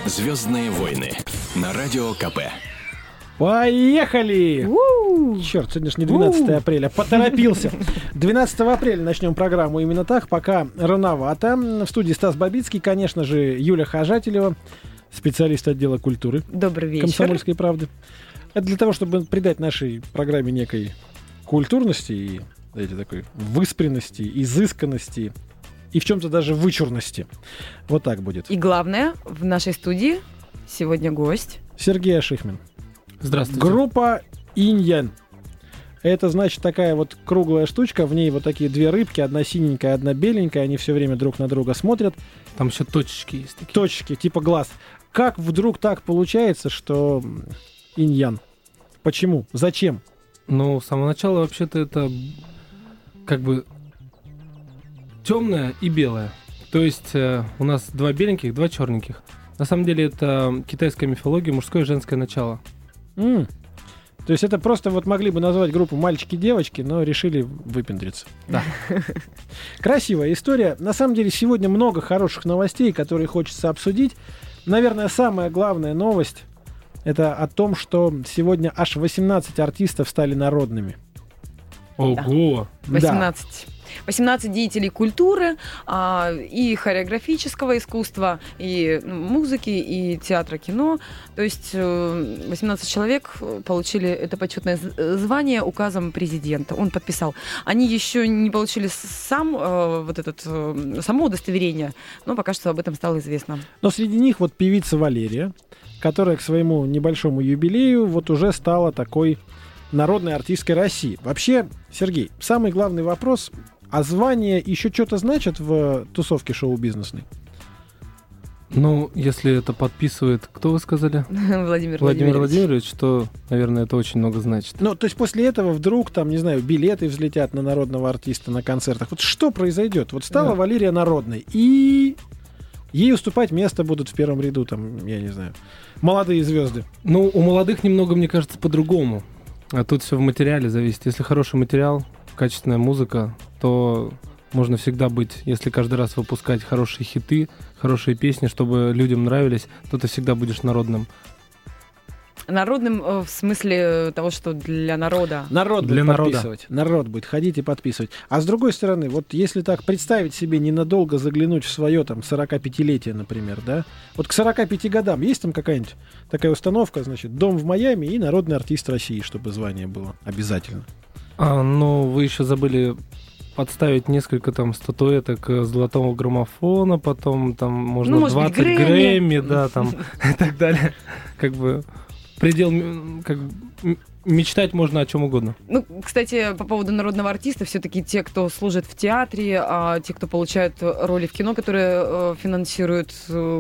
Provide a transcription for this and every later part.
«Звездные войны» на Радио КП. Поехали! Черт, сегодня же не 12 апреля. Поторопился. 12 апреля начнем программу именно так, пока рановато. В студии Стас Бабицкий, конечно же, Юля Хожателева, специалист отдела культуры. Добрый вечер. «Комсомольской правды». Это для того, чтобы придать нашей программе некой культурности и, знаете, такой выспренности, изысканности и в чем-то даже вычурности. Вот так будет. И главное, в нашей студии сегодня гость Сергей Ашихмин. Здравствуйте. Группа «Инь-Янь». Это, значит, такая вот круглая штучка, в ней вот такие две рыбки, одна синенькая, одна беленькая, они все время друг на друга смотрят. Там еще точечки есть такие. Точечки, типа глаз. Как вдруг так получается, что «Инь-Янь»? Почему? Зачем? Ну, с самого начала вообще-то это как бы темное и белое. То есть у нас два беленьких, два черненьких. На самом деле это китайская мифология, мужское и женское начало. То есть это просто вот могли бы назвать группу «Мальчики-девочки», но решили выпендриться. Да. Красивая история. На самом деле сегодня много хороших новостей, которые хочется обсудить. Наверное, самая главная новость — это о том, что сегодня аж 18 артистов стали народными. Ого! 18. 18 деятелей культуры, и хореографического искусства, и музыки, и театра, кино. То есть 18 человек получили это почетное звание указом президента. Он подписал. Они еще не получили само удостоверение, но пока что об этом стало известно. Но среди них вот певица Валерия, которая к своему небольшому юбилею вот уже стала такой народной артисткой России. Вообще, Сергей, самый главный вопрос: а звание еще что-то значит в тусовке шоу-бизнесной? Ну, если это подписывает, кто вы сказали? Владимир Владимирович, то, наверное, это очень много значит. Ну, то есть после этого вдруг, там, не знаю, билеты взлетят на народного артиста на концертах. Вот что произойдет? Вот стала Валерия народной, и ей уступать место будут в первом ряду, там, я не знаю, молодые звезды. Ну, у молодых немного, мне кажется, по-другому. А тут все в материале зависит. Если хороший материал, качественная музыка, то можно всегда быть, если каждый раз выпускать хорошие хиты, хорошие песни, чтобы людям нравились, то ты всегда будешь народным. Народным в смысле того, что для народа. Народ для будет народа. подписывать. Народ будет ходить и подписывать. А с другой стороны, вот если так представить себе, ненадолго заглянуть в свое там 45-летие, например, да? Вот к 45 годам есть там какая-нибудь такая установка, значит, дом в Майами и народный артист России, чтобы звание было обязательно. Ну, вы еще забыли подставить несколько там статуэток золотого граммофона, потом там можно 20 Грэмми, да, там и так далее. Как бы предел, как мечтать можно о чем угодно. Ну, кстати, по поводу народного артиста, все-таки те, кто служит в театре, те, кто получают роли в кино, которые финансируют,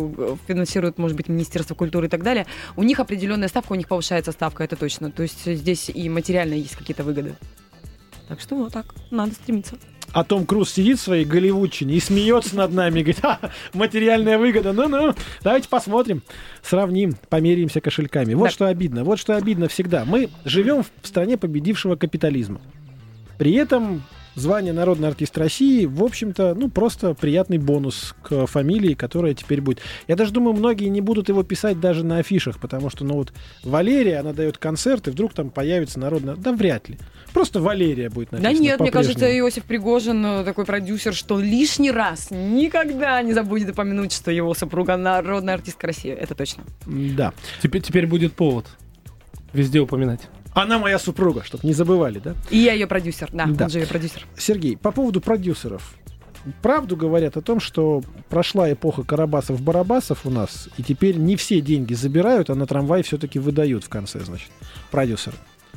может быть, Министерство культуры и так далее, у них определенная ставка, у них повышается ставка, это точно. То есть здесь и материально есть какие-то выгоды. Так что вот так, надо стремиться. А Том Круз сидит в своей голливудчине и смеется над нами, говорит: материальная выгода, ну-ну, давайте посмотрим, сравним, померяемся кошельками. Вот что обидно всегда. Мы живем в стране победившего капитализма. При этом звание народный артист России, в общем-то, просто приятный бонус к фамилии, которая теперь будет. Я даже думаю, многие не будут его писать даже на афишах, потому что, Валерия, она дает концерт, и вдруг там появится народная... Да вряд ли. Просто Валерия будет написано. Да нет, мне по-прежнему. кажется, Иосиф Пригожин, такой продюсер, что лишний раз никогда не забудет упомянуть, что его супруга народная артистка России. Это точно. Да. Теперь будет повод везде упоминать. Она моя супруга, чтобы не забывали, да? И я ее продюсер, да. Да. Он же ее продюсер. Сергей, по поводу продюсеров. Правду говорят о том, что прошла эпоха Карабасов-Барабасов у нас, и теперь не все деньги забирают, а на трамвай все-таки выдают в конце, значит, продюсеры.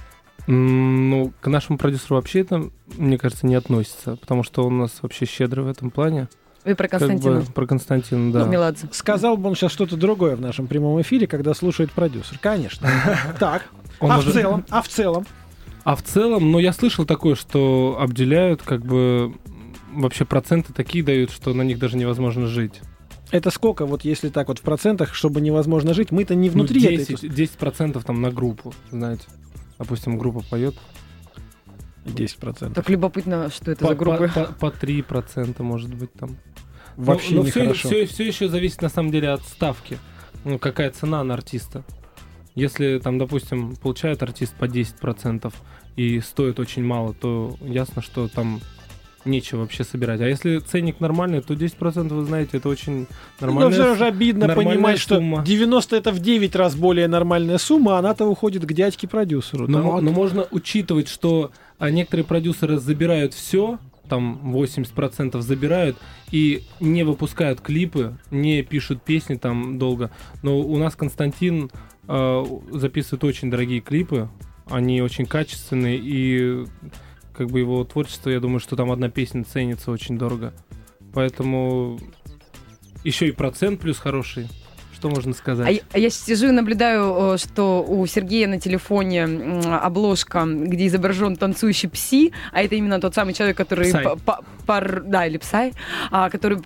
Ну, к нашему продюсеру вообще это, мне кажется, не относится, потому что он у нас вообще щедрый в этом плане. Вы про Константина. Про Константина, да. Меладзе. Сказал бы он сейчас что-то другое в нашем прямом эфире, когда слушает продюсер. Конечно. Так. В целом? А в целом, я слышал такое, что обделяют, вообще проценты такие дают, что на них даже невозможно жить. Это сколько, вот если так вот в процентах, чтобы невозможно жить? Мы-то не внутри 10% там на группу, знаете. Допустим, группа поет. 10%. Так любопытно, что это за группы. По 3%, может быть, там. Вообще нехорошо. Все еще зависит, на самом деле, от ставки. какая цена на артиста. Если там, допустим, получает артист по 10% и стоит очень мало, то ясно, что там нечего вообще собирать. А если ценник нормальный, то 10%, вы знаете, это очень нормальная сумма. Но все же обидно понимать, что 90 это в 9 раз более нормальная сумма, а она-то уходит к дядьке-продюсеру. Но можно учитывать, что некоторые продюсеры забирают все, там 80% забирают и не выпускают клипы, не пишут песни там долго. Но у нас Константин записывает очень дорогие клипы, они очень качественные, и как бы его творчество, я думаю, что там одна песня ценится очень дорого. Поэтому еще и процент плюс хороший. Что можно сказать? А я сижу и наблюдаю, что у Сергея на телефоне обложка, где изображен танцующий Пси, а это именно тот самый человек, который или Псай, который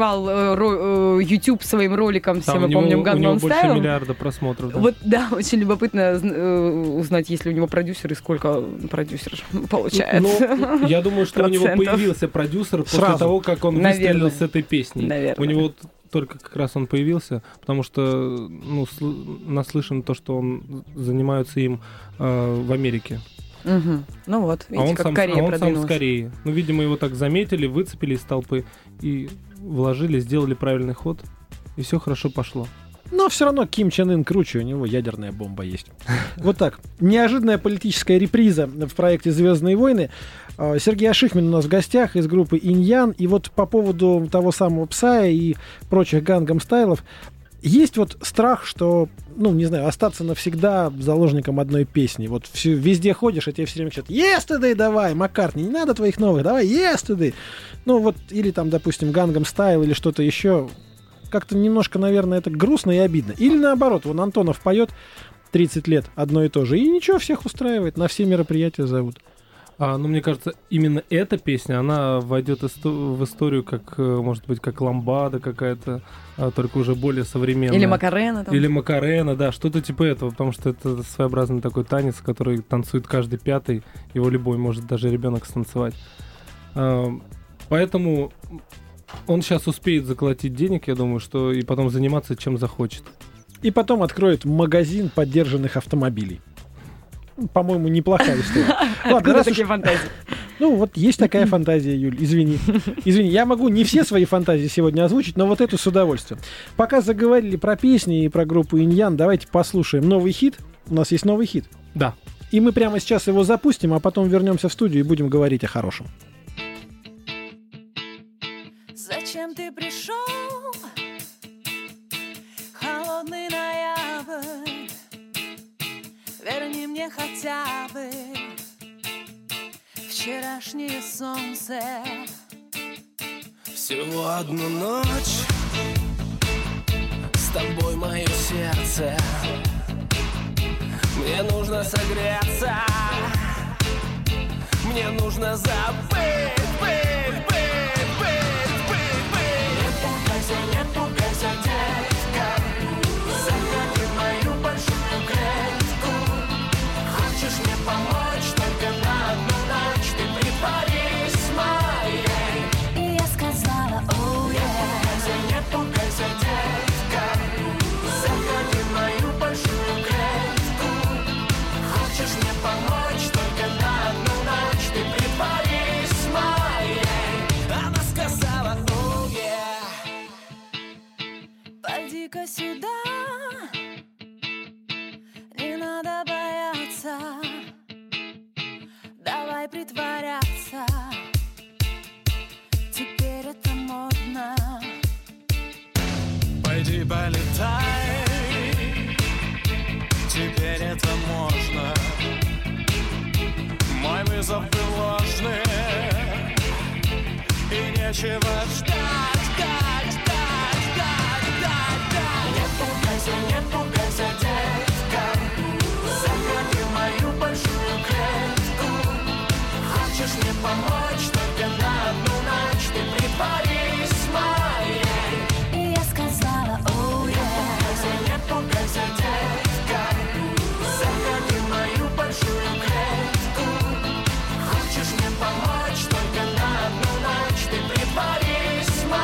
порвал YouTube своим роликом, все мы помним Gangnam Style. У него больше миллиарда просмотров. Да? Вот, да, очень любопытно узнать, есть ли у него продюсер и сколько продюсер получает. Ну, я думаю, что у него появился продюсер после того, как он выстрелил с этой песней. Наверное. У него только как раз он появился, потому что наслышан то, что он занимается им в Америке. Угу. Ну вот, видите, как Корея продвинулась. Он сам с Кореи. Ну, видимо, его так заметили, выцепили из толпы и вложили, сделали правильный ход, и все хорошо пошло. Но все равно Ким Чен Ын круче, у него ядерная бомба есть. Вот так. Неожиданная политическая реприза в проекте «Звездные войны». Сергей Ашихмин у нас в гостях из группы «Иньян». И вот по поводу того самого Псая и прочих Gangnam Стайлов, есть вот страх, что, не знаю, остаться навсегда заложником одной песни. Вот везде ходишь, а тебе все время говорят: «Yesterday давай, Маккартни, не надо твоих новых, давай Yesterday». Ну вот, или там, допустим, Gangnam Style или что-то еще. Как-то немножко, наверное, это грустно и обидно. Или наоборот, вон Антонов поет 30 лет одно и то же, и ничего, всех устраивает, на все мероприятия зовут. Мне кажется, именно эта песня, она войдет в историю, как, может быть, как ламбада какая-то, только уже более современная. Или Макарена. Или Макарена, да, что-то типа этого, потому что это своеобразный такой танец, который танцует каждый пятый, его любой может даже ребенок станцевать. Поэтому он сейчас успеет заколотить денег, я думаю, что и потом заниматься чем захочет. И потом откроет магазин подержанных автомобилей. По-моему, неплохая история. Откуда такие фантазии? Ну, вот есть такая фантазия, Юль, извини. Извини, я могу не все свои фантазии сегодня озвучить, но вот эту с удовольствием. Пока заговорили про песни и про группу «Иньян», давайте послушаем новый хит. У нас есть новый хит. Да. И мы прямо сейчас его запустим, а потом вернемся в студию и будем говорить о хорошем. Зачем ты пришел? Холодный ноябрь, верни мне хотя бы вчерашнее солнце. Всего одну ночь с тобой мое сердце. Мне нужно согреться, мне нужно забыть. Не пугайся, детка, заходи в мою большую клетку. Хочешь мне помочь только на одну ночь, ты притворись моей. И я сказала: оу, Не пугайся, детка, заходи в мою большую клетку. Хочешь мне помочь только на одну ночь, ты притворись моей. Она сказала: оу, пойди-ка сюда, не надо бояться, давай притворяться, теперь это модно. пойди полетай, теперь это можно. Мой вызов был ложный, и нечего ждать. Не пугайся, детка, заходи в мою большую клетку. Хочешь мне помочь только на одну ночь, ты притворись моей. И я сказала: оу, Не пугайся, детка, заходи в мою большую клетку. Хочешь мне помочь только на одну ночь, ты притворись моей.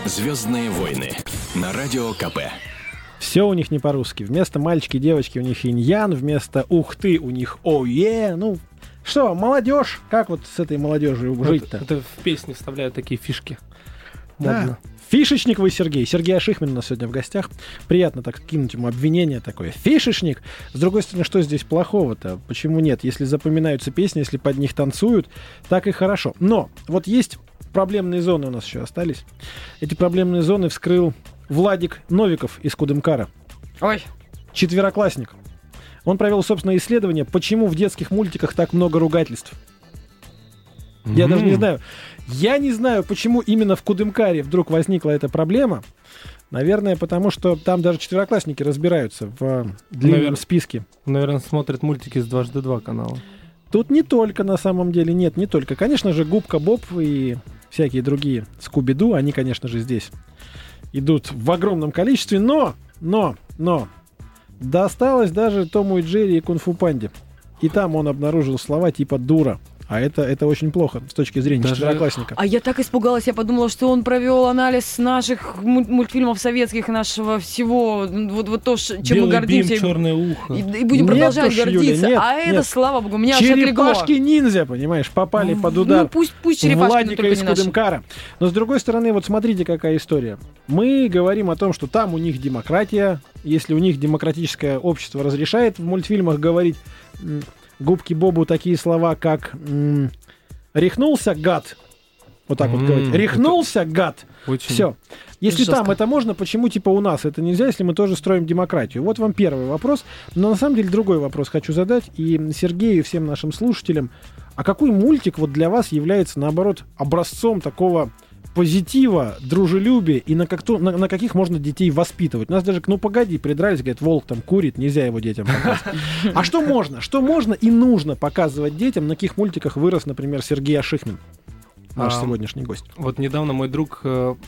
«Звездные войны» на Радио КП. Все у них не по-русски. Вместо мальчики, девочки у них иньян, вместо ух ты у них оуе. Ну, что, молодежь? Как вот с этой молодежью жить-то? Это в песни вставляют такие фишки. Да. Модно. Фишечник вы, Сергей. Сергей Ашихмин у нас сегодня в гостях. Приятно так кинуть ему обвинение такое. Фишечник. С другой стороны, что здесь плохого-то? Почему нет? Если запоминаются песни, если под них танцуют, так и хорошо. Но вот есть проблемные зоны у нас еще остались. Эти проблемные зоны вскрыл Владик Новиков из Кудымкара. Ой, Четвероклассник. Он провел собственное исследование, почему в детских мультиках так много ругательств. Я даже не знаю. Я не знаю, почему именно в Кудымкаре вдруг возникла эта проблема. Наверное, потому что там даже четвероклассники разбираются в длинном списке. Наверное, смотрят мультики с 2x2 канала. Тут не только, на самом деле, нет, не только. Конечно же, Губка Боб и всякие другие Скуби-Ду, они, конечно же, здесь идут в огромном количестве, но досталось даже Тому и Джерри и Кунг-фу Панде. И там он обнаружил слова типа «дура». А это очень плохо с точки зрения Даже- четвероклассника. а я так испугалась, я подумала, что он провел анализ наших мультфильмов советских, нашего всего, вот то, чем мы Белый гордимся. бим, черное ухо. И будем Нет продолжать уж, Юля, гордиться. нет, а это, нет. слава богу, меня аж отлегло. Черепашки-ниндзя, понимаешь, попали под удар. Ну, пусть черепашки, но Владика только из не наши. Кудымкара. Но с другой стороны, вот смотрите, какая история. Мы говорим о том, что там у них демократия. Если у них демократическое общество разрешает в мультфильмах говорить Губке Бобу такие слова, как «рехнулся, гад». Вот так вот говорить. «Рехнулся, гад». Очень. Все. Если Жестко. там это можно, почему типа у нас это нельзя, если мы тоже строим демократию? Вот вам первый вопрос. Но на самом деле другой вопрос хочу задать и Сергею, и всем нашим слушателям. А какой мультик вот для вас является, наоборот, образцом такого позитива, дружелюбия и на каких можно детей воспитывать? У нас даже, ну погоди, придрались, говорят, волк там курит, нельзя его детям показывать. А что можно? Что можно и нужно показывать детям? На каких мультиках вырос, например, Сергей Ашихмин, наш сегодняшний гость? Вот недавно мой друг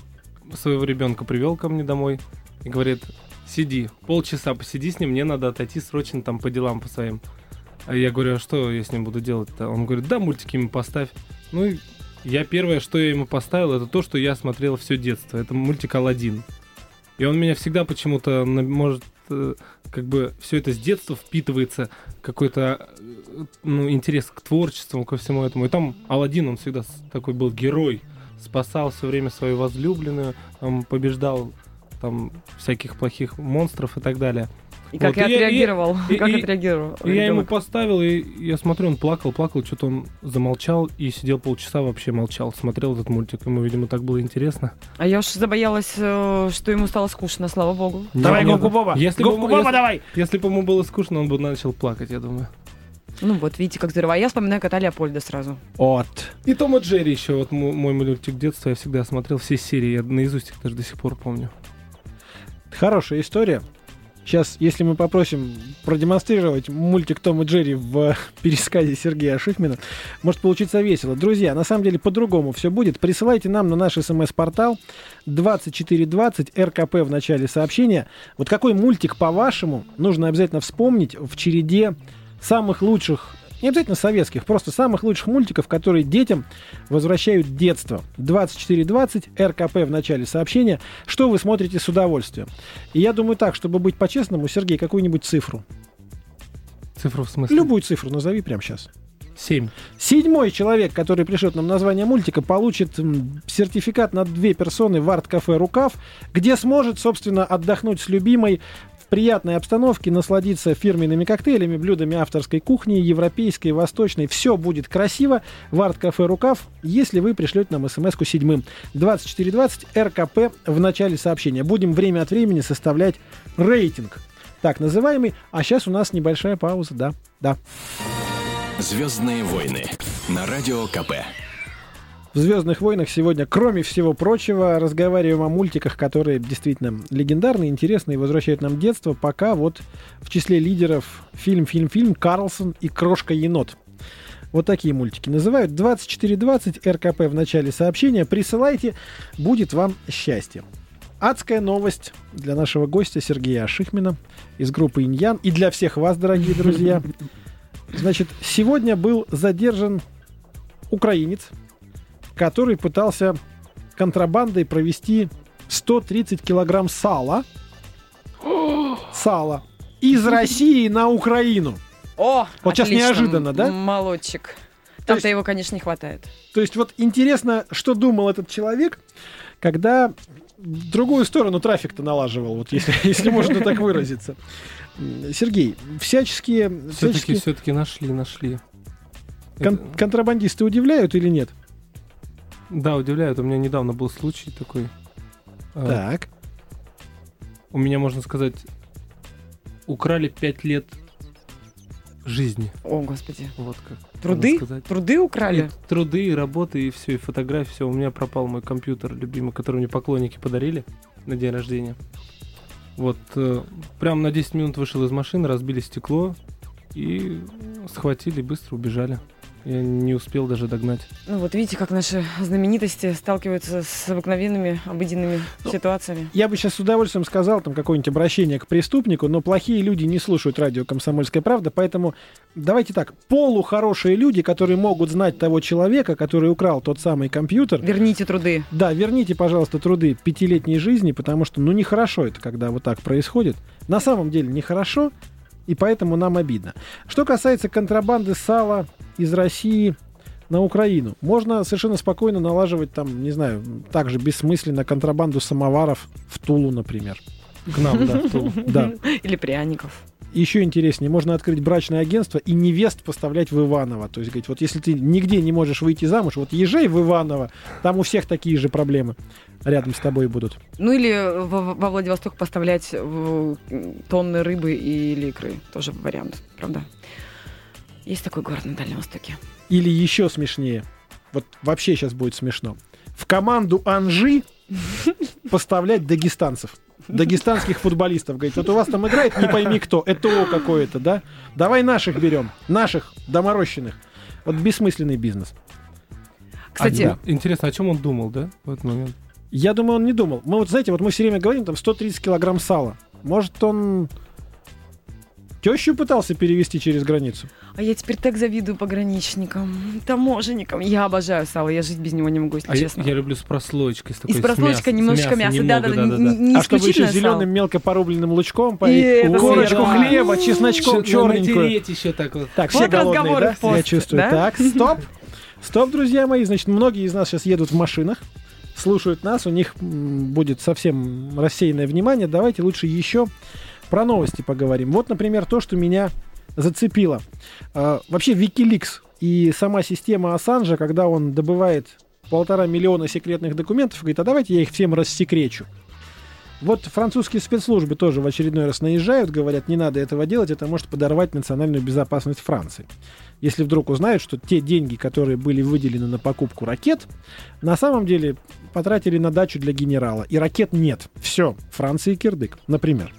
своего ребенка привел ко мне домой и говорит: сиди, полчаса посиди с ним, мне надо отойти срочно там по делам по своим. А я говорю: а что я с ним буду делать-то? Он говорит: да, мультики ему поставь. Ну и я первое, что я ему поставил, это то, что я смотрел все детство. Это мультик «Аладдин». И он меня всегда почему-то, может, как бы все это с детства впитывается, какой-то интерес к творчеству, ко всему этому. И там Аладдин, он всегда такой был герой, спасал все время свою возлюбленную, побеждал там всяких плохих монстров и так далее. И как Вот, я отреагировал? и- Как и- отреагировал? И я ему ребенок? поставил, и я смотрю, он плакал, что-то он замолчал и сидел полчаса, вообще молчал, смотрел этот мультик. Ему, видимо, так было интересно. А я уж забоялась, что ему стало скучно, слава богу. Давай Нет, Губку Боба! если бы Губку ему- Боба давай! Если бы ему было скучно, он бы начал плакать, я думаю. Ну вот, видите, как здорово. А я вспоминаю кота Леопольда сразу. От. И Том и Джерри еще, вот мой мультик детства, я всегда смотрел все серии, я наизусть их даже до сих пор помню. Хорошая история. Сейчас, если мы попросим продемонстрировать мультик «Том и Джерри» в пересказе Сергея Ашихмина, может получиться весело. Друзья, на самом деле по-другому все будет. Присылайте нам на наш смс-портал 2420 РКП в начале сообщения. Вот какой мультик, по-вашему, нужно обязательно вспомнить в череде самых лучших, не обязательно советских, просто самых лучших мультиков, которые детям возвращают детство. 2420 РКП в начале сообщения. Что вы смотрите с удовольствием? И я думаю так, чтобы быть по-честному, Сергей, какую-нибудь цифру. Цифру в смысле? Любую цифру назови прямо сейчас. 7. 7-й человек, который пришлет нам название мультика, получит сертификат на 2 персоны в арт-кафе «Рукав», где сможет, собственно, отдохнуть с любимой в приятной обстановке, насладиться фирменными коктейлями, блюдами авторской кухни, европейской, восточной. Все будет красиво в арт-кафе «Рукав», если вы пришлете нам смс-ку 7-м. 2420 РКП в начале сообщения. Будем время от времени составлять рейтинг, так называемый. А сейчас у нас небольшая пауза, да. «Звездные войны» на Радио КП. В «Звездных войнах» сегодня, кроме всего прочего, разговариваем о мультиках, которые действительно легендарные, интересные и возвращают нам детство. Пока вот в числе лидеров фильм «Карлсон и Крошка-енот». Вот такие мультики называют. 2420 РКП в начале сообщения. Присылайте, будет вам счастье. Адская новость для нашего гостя Сергея Ашихмина из группы «Иньян». И для всех вас, дорогие друзья. Значит, сегодня был задержан украинец, который пытался контрабандой провести 130 килограмм сала. Сала. Из России на Украину. О, Вот сейчас отлично, неожиданно, да? Молодчик. То Там-то есть- его, конечно, не хватает. То есть вот интересно, что думал этот человек, когда в другую сторону трафик-то налаживал, вот если можно так выразиться. Сергей, всяческие Все-таки нашли. контрабандисты удивляют или нет? Да, удивляют. У меня недавно был случай такой. Так. У меня, можно сказать, украли 5 лет жизни. О, господи. Вот как. Труды? можно сказать. Труды украли? И труды, и работы, и все, и фотографии, все. У меня пропал мой компьютер любимый, который мне поклонники подарили на день рождения. Вот, прям на 10 минут вышел из машины, разбили стекло и схватили, быстро убежали. Я не успел даже догнать. Ну вот видите, как наши знаменитости сталкиваются с обыкновенными, обыденными ситуациями. Я бы сейчас с удовольствием сказал там какое-нибудь обращение к преступнику, но плохие люди не слушают радио «Комсомольская правда», поэтому давайте так, полухорошие люди, которые могут знать того человека, который украл тот самый компьютер, Верните труды. да, верните, пожалуйста, труды 5-летней жизни, потому что, ну, нехорошо это, когда вот так происходит. На самом деле нехорошо, и поэтому нам обидно. Что касается контрабанды сала из России на Украину, можно совершенно спокойно налаживать там, не знаю, также бессмысленно контрабанду самоваров в Тулу, например. К нам, да, в Тулу. Да. Или пряников. Еще интереснее, можно открыть брачное агентство и невест поставлять в Иваново. То есть, говорить, вот если ты нигде не можешь выйти замуж, вот езжай в Иваново, там у всех такие же проблемы рядом с тобой будут. Ну или во Владивосток поставлять тонны рыбы или икры. Тоже вариант, правда? Есть такой город на Дальнем Востоке. Или еще смешнее, вот вообще сейчас будет смешно, в команду Анжи поставлять дагестанских футболистов. Говорит, вот у вас там играет не пойми кто, ЭТО какое-то, да? Давай наших берем, наших доморощенных. Вот бессмысленный бизнес. Кстати, Да. Интересно, о чем он думал, да, в этот момент? Я думаю, он не думал. Мы вот, знаете, вот мы все время говорим, там 130 килограмм сала. Может, он тещу пытался перевести через границу? а я теперь так завидую пограничникам, таможенникам. Я обожаю сало, я жить без него не могу, если честно. Я люблю с прослоечкой. И с прослойкой немножечко мяса. Да-да-да, не А чтобы еще исключительно сало. зеленым мелко порубленным лучком, И это корочку съедать. хлеба, чесночком черненькую. Натереть еще так вот. Так, все Вот голодные, разговоры да? в пост, Я чувствую. да? Так, стоп. Стоп, друзья мои. Значит, многие из нас сейчас едут в машинах, слушают нас, у них будет совсем рассеянное внимание. Давайте лучше еще про новости поговорим. Вот, например, то, что меня зацепило. Вообще, Wikileaks и сама система Ассанжа, когда он добывает 1,5 миллиона секретных документов, говорит, а давайте я их всем рассекречу. Вот французские спецслужбы тоже в очередной раз наезжают, говорят, не надо этого делать, это может подорвать национальную безопасность Франции. Если вдруг узнают, что те деньги, которые были выделены на покупку ракет, на самом деле потратили на дачу для генерала, и ракет нет. Все, Франции кирдык, например.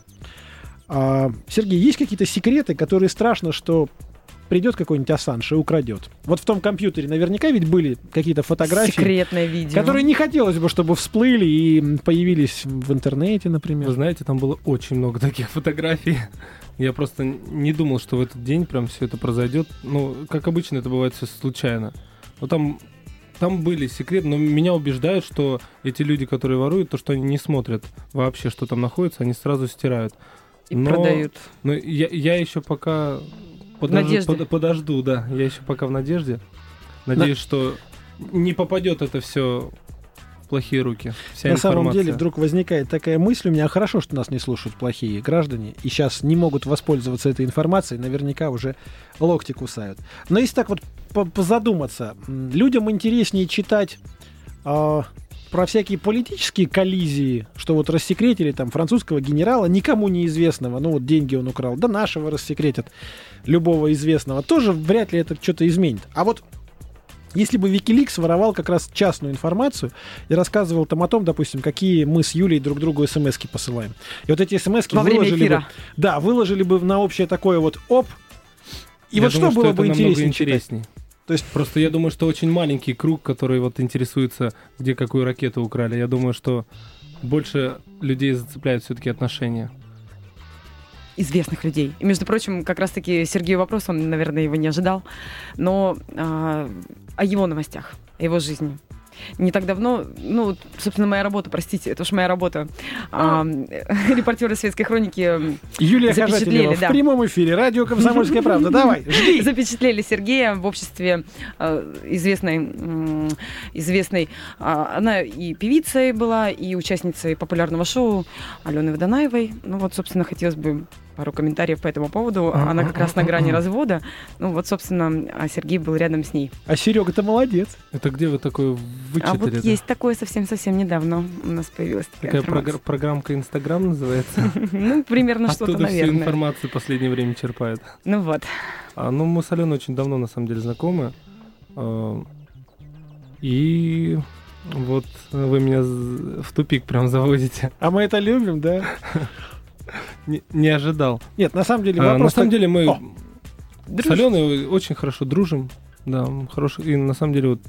Сергей, есть какие-то секреты, которые страшно, что придет какой-нибудь Ассанж и украдет? Вот в том компьютере наверняка ведь были какие-то фотографии, Секретное видео. которые не хотелось бы, чтобы всплыли и появились в интернете, например. Вы знаете, там было очень много таких фотографий. Я просто не думал, что в этот день прям все это произойдет. Ну, как обычно, это бывает все случайно. Но там были секреты, но меня убеждают, что эти люди, которые воруют, то, что они не смотрят вообще, что там находится, они сразу стирают. И продают. Но я еще пока надежде. подожду, да. Я еще пока в надежде. Надеюсь, что не попадет это все в плохие руки. Вся На самом информация. деле вдруг возникает такая мысль у меня, хорошо, что нас не слушают плохие граждане, и сейчас не могут воспользоваться этой информацией, наверняка уже локти кусают. Но если так вот позадуматься, людям интереснее читать про всякие политические коллизии, что вот рассекретили там французского генерала, никому неизвестного, ну вот деньги он украл, да нашего рассекретят, любого известного, тоже вряд ли это что-то изменит. А вот если бы Wikileaks воровал как раз частную информацию и рассказывал там о том, допустим, какие мы с Юлей друг другу смс-ки посылаем. И вот эти смс-ки Во время выложили эфира. бы, да, выложили бы на общее такое вот оп. И Я вот думаю, что было это бы намного интереснее читать? интересней. То есть Просто я думаю, что очень маленький круг, который вот интересуется, где какую ракету украли. Я думаю, что больше людей зацепляют все-таки отношения. Известных людей. И, между прочим, как раз-таки Сергею вопрос, он, наверное, его не ожидал, но о его новостях, о его жизни. не так давно, ну, собственно, моя работа, простите, это уж моя работа. Репортеры «Светской хроники» Юлия запечатлели, Хожателева да. в прямом эфире. Радио «Комсомольская правда». Давай, жди. Запечатлели Сергея в обществе известной, она и певицей была, и участницей популярного шоу Алены Водонаевой. Ну вот, собственно, хотелось бы пару комментариев по этому поводу. Она как раз на грани развода. Ну вот, собственно, а Сергей был рядом с ней. А Серега-то молодец. Это где вы такое вычитали? А вот есть такое совсем недавно у нас появилась такая Такая информация. программка Инстаграм называется. Ну, примерно что-то, Оттуда всю наверное. информацию в последнее время черпает. Ну вот. Ну, мы с Аленой очень давно, на самом деле, знакомы. И вот вы меня в тупик прям заводите. А мы это любим, да? Не ожидал. Нет, на самом деле вопрос... На самом деле мы О, с Аленой очень хорошо дружим. Да, хорошо. И на самом деле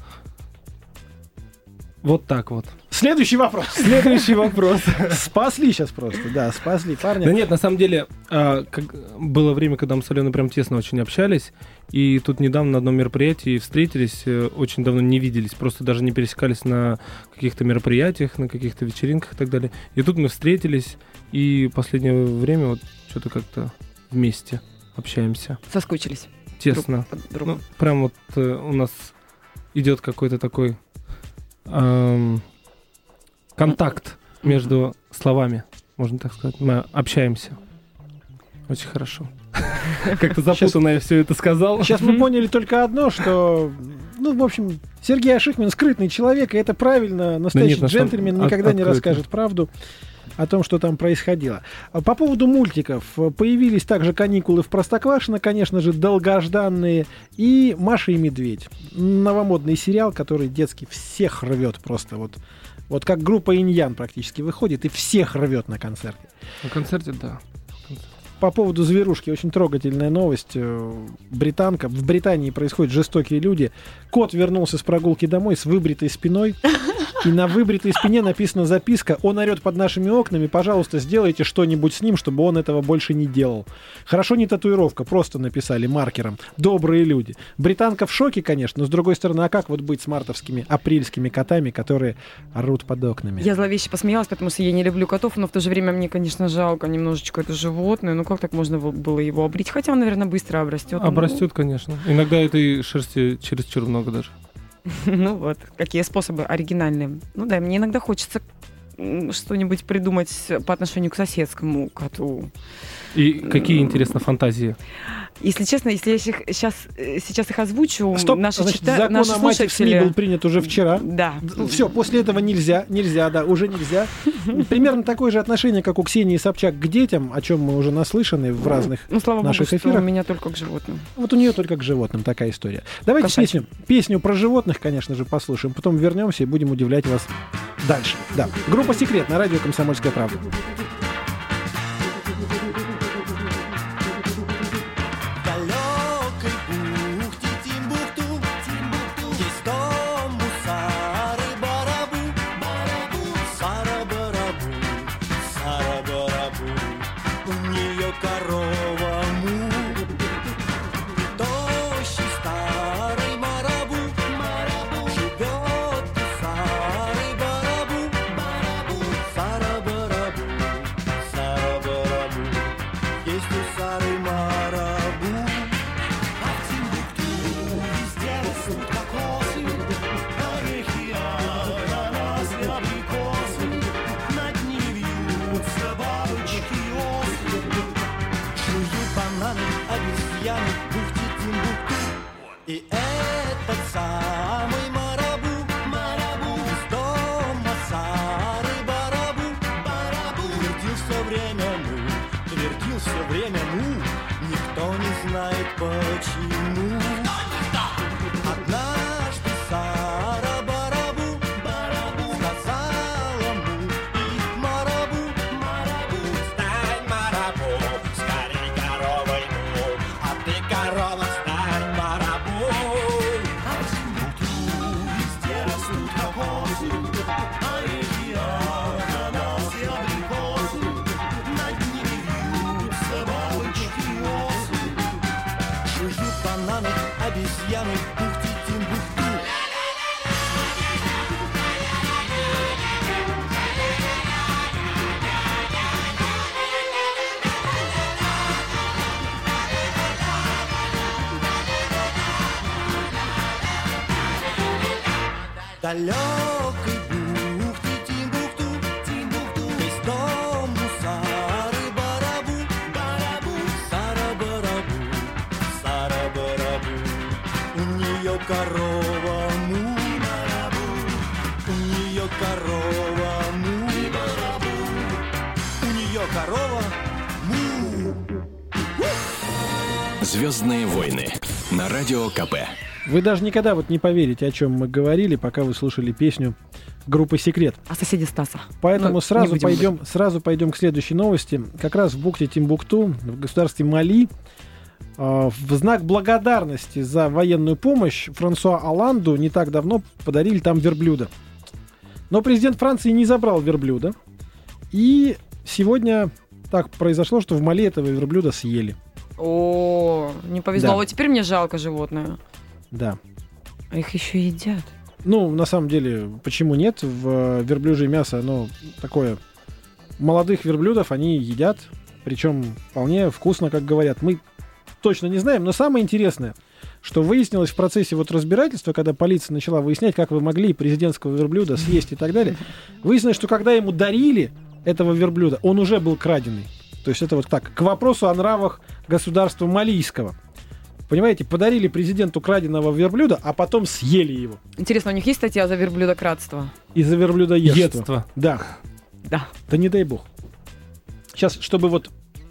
вот так вот. Следующий вопрос. Следующий вопрос. Спасли сейчас просто, да, спасли парня. Да нет, на самом деле, было время, когда мы с Аленой прям тесно очень общались, и тут недавно на одном мероприятии встретились, очень давно не виделись, просто даже не пересекались на каких-то мероприятиях, на каких-то вечеринках и так далее. И тут мы встретились, и последнее время вот что-то как-то вместе общаемся. Соскучились. Тесно. Друг под другом. Ну, прям вот у нас идет какой-то такой контакт между словами, можно так сказать. Мы общаемся. Очень хорошо. Как-то запутанно я все это сказал. Сейчас мы поняли только одно, что, ну, в общем, Сергей Ашихмин скрытный человек, и это правильно. Настоящий джентльмен никогда не расскажет правду о том, что там происходило. По поводу мультиков. Появились также «Каникулы в Простоквашино», конечно же, долгожданные, и «Маша и Медведь». Новомодный сериал, который детский всех рвет просто. Вот как группа «Иньян» практически выходит и всех рвет на концерте. На концерте, да. По поводу «Зверушки» очень трогательная новость. Британка. В Британии происходят жестокие люди. Кот вернулся с прогулки домой с выбритой спиной. И на выбритой спине написана записка: «Он орет под нашими окнами, пожалуйста, сделайте что-нибудь с ним, чтобы он этого больше не делал». Хорошо не татуировка, просто написали маркером. Добрые люди. Британка в шоке, конечно, но с другой стороны, а как вот быть с мартовскими, апрельскими котами, которые орут под окнами? Я зловеще посмеялась, потому что я не люблю котов, но в то же время мне, конечно, жалко немножечко это животное. Ну как так можно было его обрить? Хотя он, наверное, быстро обрастет. Обрастет, конечно. Иногда этой шерсти чересчур много даже. Ну вот, какие способы оригинальные. Ну да, мне иногда хочется что-нибудь придумать по отношению к соседскому коту. И какие, интересно, фантазии? Если честно, если я сейчас их озвучу, Стоп, наши закон наши о мате в СМИ слушатели... был принят уже вчера. Да. Все, после этого нельзя, да, уже нельзя. Примерно такое же отношение, как у Ксении Собчак к детям, о чем мы уже наслышаны в разных Ну, слава богу, наших что эфирах. у меня только к животным. Вот у нее только к животным такая история. Давайте Кошачьим. песню про животных, конечно же, послушаем. Потом вернемся и будем удивлять вас дальше. Да. Группа «Секрет» на радио «Комсомольская правда». В далекой бухте Тимбукту есть дом у Сары-Барабу. Сара-Барабу, Сара-Барабу, у нее корова му. Тощий старый Марабу живет у Сары-Барабу. Сара-Барабу, далекой бухте Тимбукту, весь дом у Сары-Барабу, Сара-Барабу, Сара-Барабу. У нее корова му, у нее корова му, у нее корова му. «Звездные войны» на Радио КП. Вы даже никогда вот не поверите, о чем мы говорили, пока вы слушали песню группы «Секрет». А соседи Стаса? Поэтому Ну, сразу не будем пойдем к следующей новости. Как раз в бухте Тимбукту, в государстве Мали, в знак благодарности за военную помощь Франсуа Оланду не так давно подарили там верблюда. Но президент Франции не забрал верблюда. И сегодня так произошло, что в Мали этого верблюда съели. О, не повезло. Да. Вот теперь мне жалко животное. Да. А их еще едят. Ну, на самом деле, почему нет? В верблюжье мясо, оно такое... Молодых верблюдов они едят, причем вполне вкусно, как говорят. Мы точно не знаем, но самое интересное, что выяснилось в процессе вот разбирательства, когда полиция начала выяснять, как вы могли президентского верблюда съесть и так далее, выяснилось, что когда ему дарили этого верблюда, он уже был краденый. То есть это вот так, к вопросу о нравах государства малийского. Понимаете, подарили президенту краденого верблюда, а потом съели его. Интересно, у них есть статья за верблюдократство? Из-за верблюдоедства. Едство. Да. Да. Да не дай бог. Сейчас, чтобы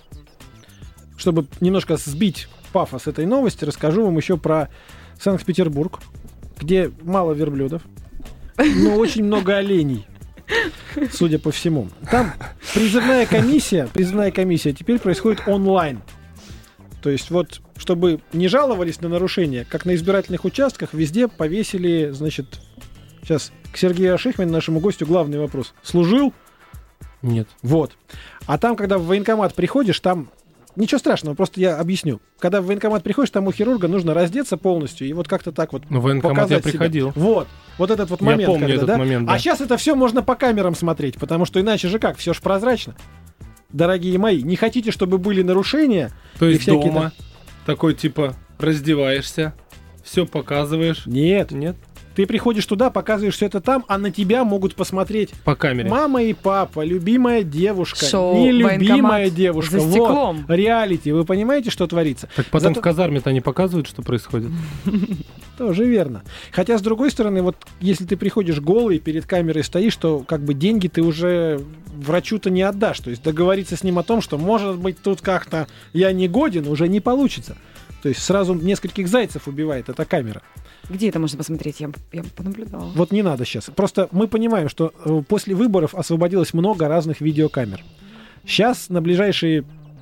немножко сбить пафос этой новости, расскажу вам еще про Санкт-Петербург, где мало верблюдов, но очень много оленей, судя по всему. Там призывная комиссия теперь происходит онлайн. То есть вот, чтобы не жаловались на нарушения, как на избирательных участках, везде повесили, значит, сейчас к Сергею Ашихмину, нашему гостю, главный вопрос. Служил? Нет. Вот. А там, когда в военкомат приходишь, там... Ничего страшного, просто я объясню. Когда в военкомат приходишь, там у хирурга нужно раздеться полностью и вот как-то так вот Ну, в военкомат я показать себя. приходил. Вот этот вот Я момент. помню когда, этот момент, да. А сейчас это все можно по камерам смотреть, потому что иначе же как, все же прозрачно. Дорогие мои, не хотите, чтобы были нарушения? То и есть всякие дома такой типа раздеваешься, все показываешь. Нет. Нет? Ты приходишь туда, показываешь все это там, а на тебя могут посмотреть По камере. мама и папа, любимая девушка, Шоу нелюбимая «Военкомат» девушка. за стеклом. Вот, реалити. Вы понимаете, что творится? Так потом Зато- в казарме-то не показывают, что происходит. Тоже верно. Хотя, с другой стороны, вот если ты приходишь голый, перед камерой стоишь, то как бы деньги ты уже врачу-то не отдашь. То есть договориться с ним о том, что, может быть, тут как-то я не годен, уже не получится. То есть сразу нескольких зайцев убивает эта камера. Где это можно посмотреть? Я понаблюдала. Вот не надо сейчас. Просто мы понимаем, что после выборов освободилось много разных видеокамер. Сейчас на ближайшие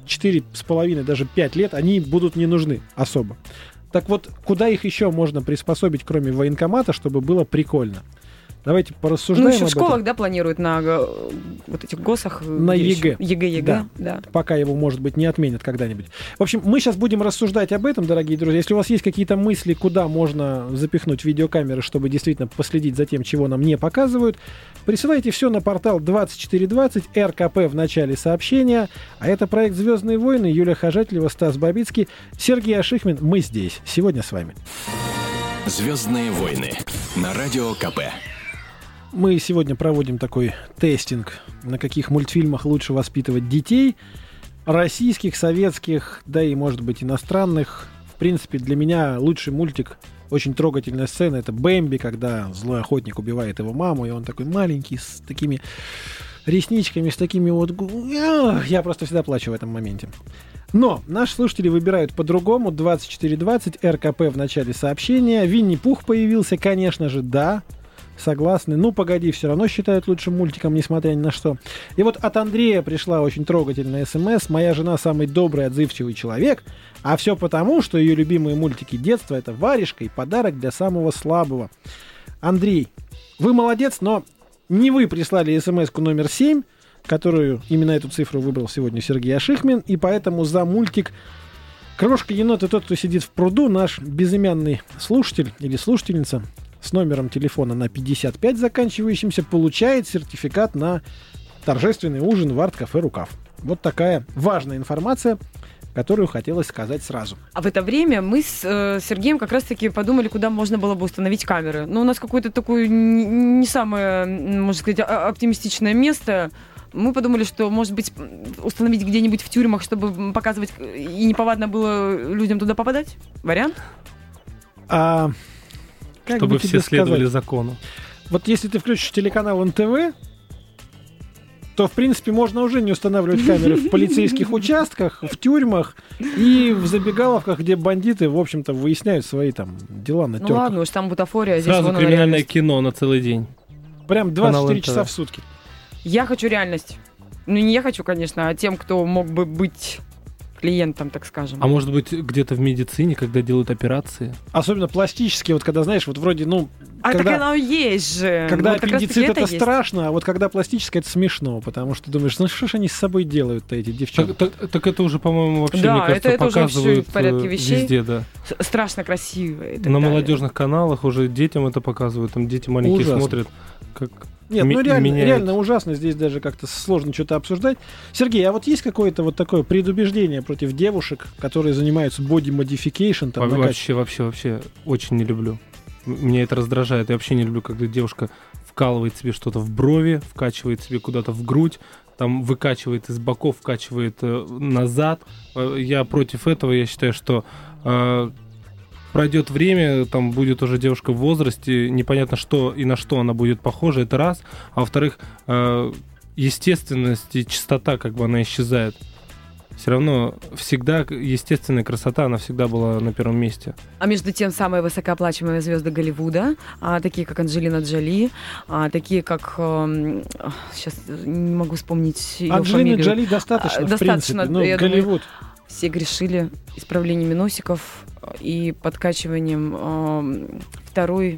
4,5, даже 5 лет они будут не нужны особо. Так вот, куда их еще можно приспособить, кроме военкомата, чтобы было прикольно? Давайте порассуждаем Ну, еще об в школах, этом. да, планируют на вот этих ГОСах. На где ЕГЭ. еще? ЕГЭ, Да. да. Пока его, может быть, не отменят когда-нибудь. В общем, мы сейчас будем рассуждать об этом, дорогие друзья. Если у вас есть какие-то мысли, куда можно запихнуть видеокамеры, чтобы действительно последить за тем, чего нам не показывают, присылайте все на портал 2420, РКП в начале сообщения. А это проект «Звездные войны». Юлия Хожателева, Стас Бабицкий, Сергей Ашихмин. Мы здесь. Сегодня с вами. «Звездные войны» на Радио КП. Мы сегодня проводим такой тестинг, на каких мультфильмах лучше воспитывать детей. Российских, советских, да и, может быть, иностранных. В принципе, для меня лучший мультик, очень трогательная сцена, это «Бэмби», когда злой охотник убивает его маму, и он такой маленький, с такими ресничками, с такими вот... Я просто всегда плачу в этом моменте. Но наши слушатели выбирают по-другому. 2420, РКП в начале сообщения. Винни-Пух появился, конечно же, да. Согласны. Ну, погоди, все равно считают лучшим мультиком, несмотря ни на что. И вот от Андрея пришла очень трогательная смс. Моя жена самый добрый, отзывчивый человек. А все потому, что ее любимые мультики детства — это варежка и подарок для самого слабого. Андрей, вы молодец, но не вы прислали смс-ку номер 7, которую именно эту цифру выбрал сегодня Сергей Ашихмин. И поэтому за мультик «Крошка, енот и тот, кто сидит в пруду» наш безымянный слушатель или слушательница с номером телефона на 55 заканчивающимся получает сертификат на торжественный ужин в арт-кафе «Рукав». Вот такая важная информация. которую хотелось сказать сразу. А в это время мы с Сергеем как раз-таки подумали, куда можно было бы установить камеры. Но у нас какое-то такое не самое, можно сказать, оптимистичное место. Мы подумали, что, может быть, установить где-нибудь в тюрьмах, чтобы показывать, и неповадно было людям туда попадать? Вариант? Как чтобы бы тебе все следовали сказать? закону. Вот если ты включишь телеканал НТВ, то, в принципе, можно уже не устанавливать камеры в полицейских участках, в тюрьмах и в забегаловках, где бандиты, в общем-то, выясняют свои там дела на Ну терках. ладно, уж там бутафория, а здесь Сразу вон она криминальное реальность. кино на целый день. Прям Канал 24 НТВ. часа в сутки. Я хочу реальность. Ну, не я хочу, конечно, а тем, кто мог бы быть клиентом, так скажем. А может быть, где-то в медицине, когда делают операции? Особенно пластические, вот когда, знаешь, вот вроде, ну, А когда, так оно есть же. когда Вот как раз-таки аппендицит это есть. страшно, а вот когда пластическое, это смешно, потому что думаешь, ну что ж они с собой делают-то, эти девчонки? Так это уже, по-моему, вообще, Да, мне кажется, это уже показывают вообще в порядке вещей. везде, да. Страшно красиво. и так На далее. молодежных каналах уже детям это показывают, там дети маленькие Ужасно. смотрят, как Нет, ну реально, меняют. реально ужасно, здесь даже как-то сложно что-то обсуждать. Сергей, а вот есть какое-то вот такое предубеждение против девушек, которые занимаются body modification? Там, Вообще очень не люблю. Меня это раздражает. Я вообще не люблю, когда девушка вкалывает себе что-то в брови, вкачивает себе куда-то в грудь, там выкачивает из боков, вкачивает назад. Я против этого. Я считаю, что пройдет время, там будет уже девушка в возрасте, непонятно что и на что она будет похожа, это раз. А во-вторых, естественность и чистота, как бы она исчезает. Все равно всегда естественная красота, она всегда была на первом месте. А между тем, самые высокооплачиваемые звезды Голливуда, такие как Анджелина Джоли, такие как... сейчас не могу вспомнить ее Анджелины фамилию. Джоли достаточно, в принципе. Ну, я думаю, Голливуд. все грешили исправлениями носиков и подкачиванием второй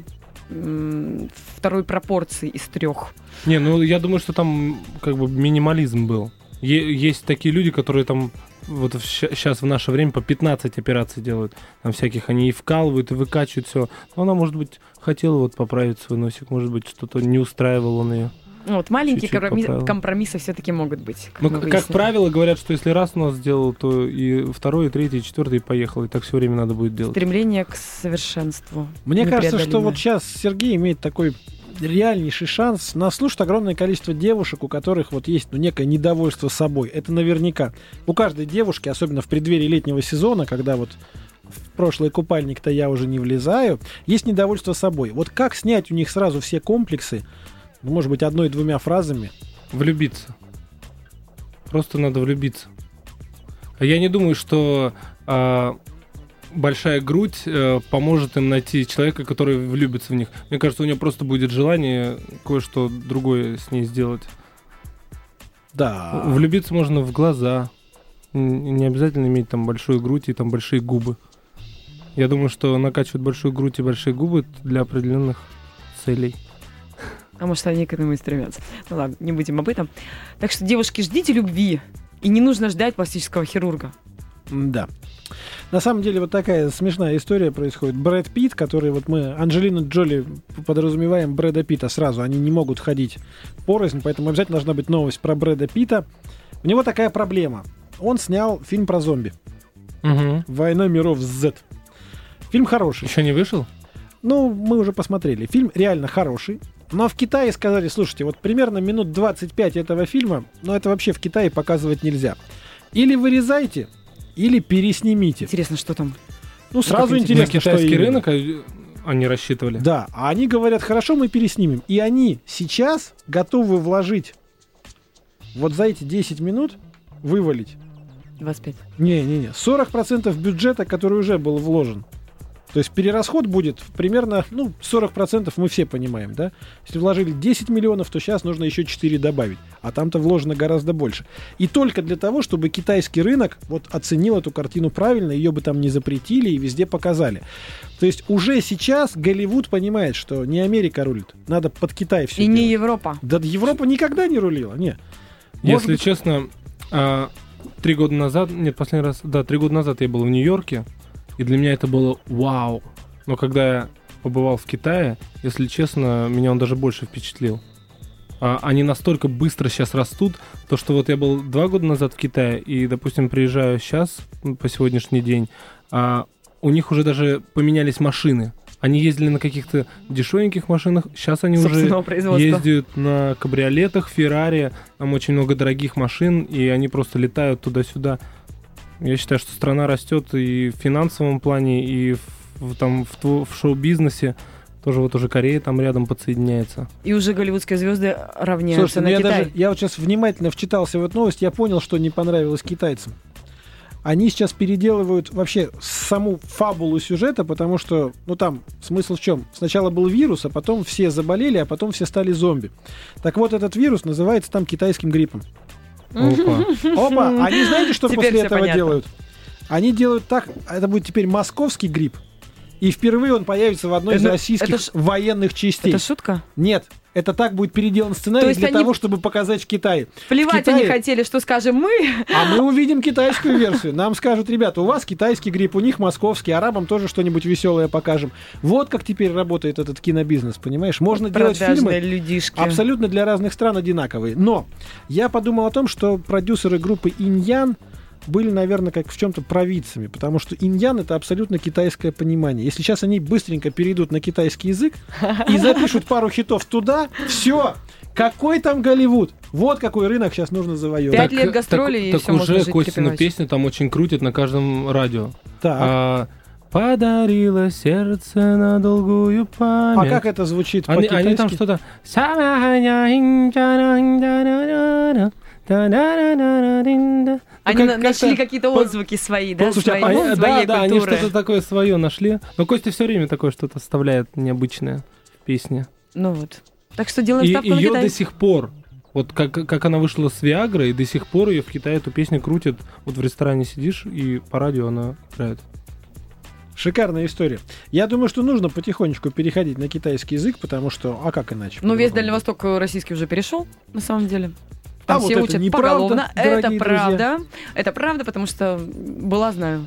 пропорции из 3. Не, ну я думаю, что там как бы минимализм был. Есть такие люди, которые там вот сейчас в наше время по 15 операций делают. Там всяких, они и вкалывают, и выкачивают все. Но она, может быть, хотела вот поправить свой носик, может быть, что-то не устраивало на нее. Вот, маленькие Чуть-чуть поправила. компромиссы все-таки могут быть. Ну, мы как выяснили. правило, говорят, что если раз у нас сделал, то и второй, и третий, и четвертый, и поехал. И так все время надо будет делать. Стремление к совершенству. Мне кажется, что непреодолимое. вот сейчас Сергей имеет такой реальнейший шанс. Нас слушает огромное количество девушек, у которых вот есть некое недовольство собой. Это наверняка. У каждой девушки, особенно в преддверии летнего сезона, когда вот в прошлый купальник-то я уже не влезаю, есть недовольство собой. Вот как снять у них сразу все комплексы, ну, может быть, 1-2 фразами? Влюбиться. Просто надо влюбиться. А я не думаю, что большая грудь поможет им найти человека, который влюбится в них. Мне кажется, у нее просто будет желание кое-что другое с ней сделать. Да. Влюбиться можно в глаза. Не обязательно иметь там большую грудь и там большие губы. Я думаю, что накачивать большую грудь и большие губы для определенных целей. А может, они к этому и стремятся. Ну ладно, не будем об этом. Так что, девушки, ждите любви. И не нужно ждать пластического хирурга. Да. На самом деле вот такая смешная история происходит. Брэд Питт, который вот мы, Анджелину Джоли подразумеваем Брэда Питта сразу, они не могут ходить порознь, поэтому обязательно должна быть новость про Брэда Питта. У него такая проблема. Он снял фильм про зомби. Угу. «Война миров Z». Фильм хороший. Еще не вышел? Ну, мы уже посмотрели. Фильм реально хороший. Но в Китае сказали, слушайте, вот примерно минут 25 этого фильма, но это вообще в Китае показывать нельзя. Или вырезайте, или переснимите. Интересно, что там? Ну, сразу как интересно, На что китайский именно. рынок они рассчитывали. Да, а они говорят, хорошо, мы переснимем. И они сейчас готовы вложить вот за эти 10 минут вывалить 25. 40% бюджета, который уже был вложен. То есть перерасход будет примерно, 40% мы все понимаем, да? Если вложили 10 миллионов, то сейчас нужно еще 4 добавить. А там-то вложено гораздо больше. И только для того, чтобы китайский рынок вот оценил эту картину правильно, ее бы там не запретили и везде показали. То есть уже сейчас Голливуд понимает, что не Америка рулит. Надо под Китай все И делать. не Европа. Да Европа никогда не рулила, не. Если честно, 3 года назад, последний раз, 3 года назад я был в Нью-Йорке, и для меня это было вау. Но когда я побывал в Китае, если честно, меня он даже больше впечатлил. они настолько быстро сейчас растут, то что вот я был 2 года назад в Китае, и, допустим, приезжаю сейчас, по сегодняшний день, у них уже даже поменялись машины. Они ездили на каких-то дешевеньких машинах, сейчас они уже ездят на кабриолетах, Феррари, там очень много дорогих машин, и они просто летают туда-сюда. Я считаю, что страна растет и в финансовом плане, и в шоу-бизнесе. Тоже вот уже Корея там рядом подсоединяется. И уже голливудские звезды равняются на Китай. Я вот сейчас внимательно вчитался в эту новость, я понял, что не понравилось китайцам. Они сейчас переделывают вообще саму фабулу сюжета, потому что, там смысл в чем? Сначала был вирус, а потом все заболели, а потом все стали зомби. Так вот, этот вирус называется там китайским гриппом. Опа! Они знаете, что после этого делают? Они делают так, это будет теперь московский грипп, и впервые он появится в одной из российских военных частей. Это шутка? Нет. Это так будет переделан сценарий для того, чтобы показать в Китае. Плевать они хотели, что скажем мы. А мы увидим китайскую версию. Нам скажут, ребята, у вас китайский грипп, у них московский, арабам тоже что-нибудь веселое покажем. Вот как теперь работает этот кинобизнес, понимаешь? Можно делать фильмы абсолютно для разных стран одинаковые. Но я подумал о том, что продюсеры группы Инь-Ян были, наверное, как в чем-то провидцами, потому что инь-ян — это абсолютно китайское понимание. Если сейчас они быстренько перейдут на китайский язык и запишут пару хитов туда, все, какой там Голливуд? Вот какой рынок сейчас нужно завоевать. 5 лет гастролей, и все можно жить. Так уже Костину песню там очень крутят на каждом радио. Так. Подарила сердце на долгую память. А как это звучит по-китайски? Они там что-то... Они нашли какие-то отзвуки свои, да? Слушайте, да, они что-то такое свое нашли. Но Костя все время такое что-то вставляет необычное в песне. Ну вот. Так что делаем ставку на Китай. Китай. Ее до сих пор, вот как она вышла с Виагрой, до сих пор ее в Китае эту песню крутят. Вот в ресторане сидишь, и по радио она играет. Шикарная история. Я думаю, что нужно потихонечку переходить на китайский язык, потому что... А как иначе? Ну, весь Дальний Восток российский уже перешел, на самом деле. Там все вот учат поголовно. Это правда. Это правда, потому что была, знаю.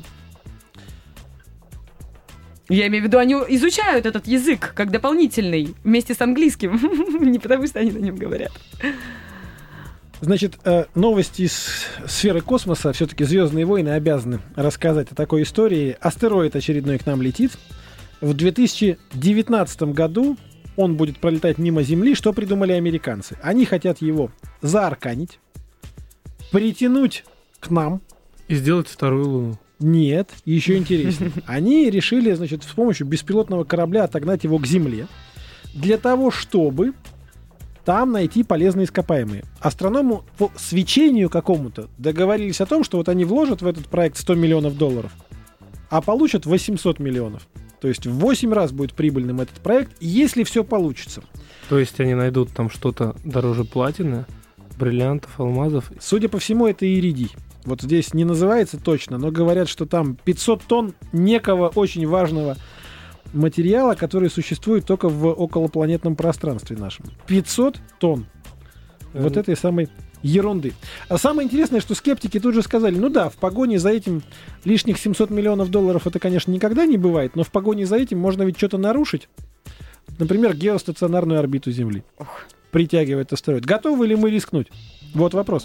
Я имею в виду, они изучают этот язык как дополнительный вместе с английским. Не потому что они на нем говорят. Значит, новости из сферы космоса. Все-таки «Звездные войны» обязаны рассказать о такой истории. Астероид очередной к нам летит. В 2019 году он будет пролетать мимо Земли. Что придумали американцы? Они хотят его заарканить, притянуть к нам. И сделать вторую Луну. Нет, еще интереснее. Они решили, значит, с помощью беспилотного корабля отогнать его к Земле для того, чтобы там найти полезные ископаемые. Астрономы по свечению какому-то договорились о том, что вот они вложат в этот проект $100 миллионов, а получат 800 миллионов. То есть в 8 раз будет прибыльным этот проект, если все получится. То есть они найдут там что-то дороже платины, бриллиантов, алмазов? Судя по всему, это иридий. Вот здесь не называется точно, но говорят, что там 500 тонн некого очень важного материала, который существует только в околопланетном пространстве нашем. 500 тонн вот этой самой ерунды. А самое интересное, что скептики тут же сказали, ну да, в погоне за этим лишних $700 миллионов это, конечно, никогда не бывает, но в погоне за этим можно ведь что-то нарушить. Например, геостационарную орбиту Земли. Притягивает астероид. Готовы ли мы рискнуть? Вот вопрос.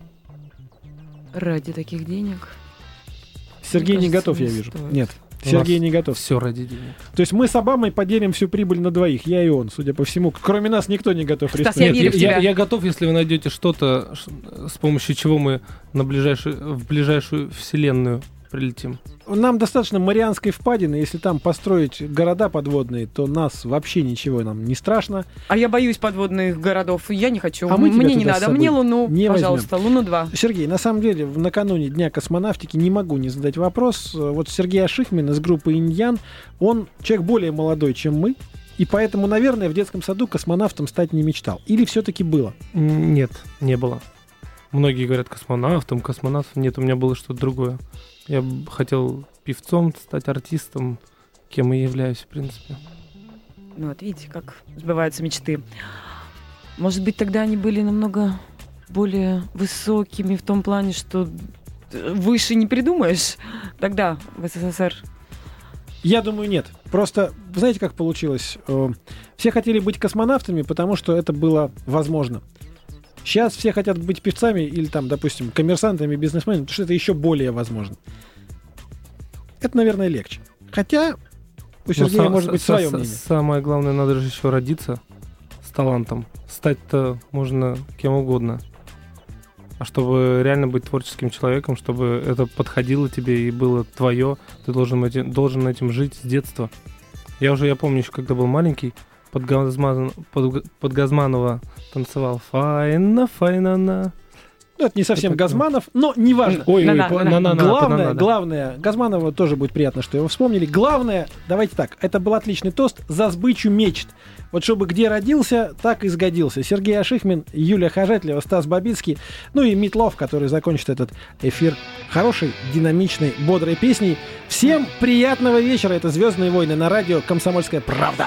Ради таких денег? Сергей не готов, я вижу. Нет. Сергей не готов. Все ради денег. То есть мы с Обамой поделим всю прибыль на двоих. Я и он, судя по всему. Кроме нас никто не готов рискнуть. Нет, я готов, если вы найдете что-то, с помощью чего мы в ближайшую вселенную прилетим. Нам достаточно Марианской впадины. Если там построить города подводные, то нас вообще ничего нам не страшно. А я боюсь подводных городов. Я не хочу. Мне не надо. Мне Луну, пожалуйста. Луну-2. Сергей, на самом деле, накануне Дня космонавтики не могу не задать вопрос. Вот Сергей Ашихмин из группы Инь-Ян, он человек более молодой, чем мы. И поэтому, наверное, в детском саду космонавтом стать не мечтал. Или все-таки было? Нет, не было. Многие говорят космонавтом. Нет, у меня было что-то другое. Я хотел певцом стать, артистом, кем и являюсь, в принципе. Ну вот, видите, как сбываются мечты. Может быть, тогда они были намного более высокими в том плане, что выше не придумаешь тогда в СССР. Я думаю, нет. Просто, знаете, как получилось? Все хотели быть космонавтами, потому что это было возможно. Сейчас все хотят быть певцами или, там, допустим, коммерсантами, бизнесменами, потому что это еще более возможно. Это, наверное, легче. Хотя у Сергея может быть свое мнение. Самое главное, надо же еще родиться с талантом. Стать-то можно кем угодно. А чтобы реально быть творческим человеком, чтобы это подходило тебе и было твое, ты должен этим жить с детства. Я помню еще, когда был маленький, под Газманова танцевал «Файна-файна-на». Ну, это не совсем Газманов, но неважно. Главное, Газманова тоже будет приятно, что его вспомнили. Главное, давайте так, это был отличный тост за сбычу мечт. Вот чтобы где родился, так и сгодился. Сергей Ашихмин, Юлия Хожателева, Стас Бабицкий, ну и Митлов, который закончит этот эфир хорошей, динамичной, бодрой песней. Всем приятного вечера. Это «Звездные войны» на радио «Комсомольская правда».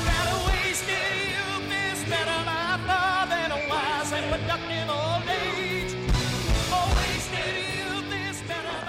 Productive all day.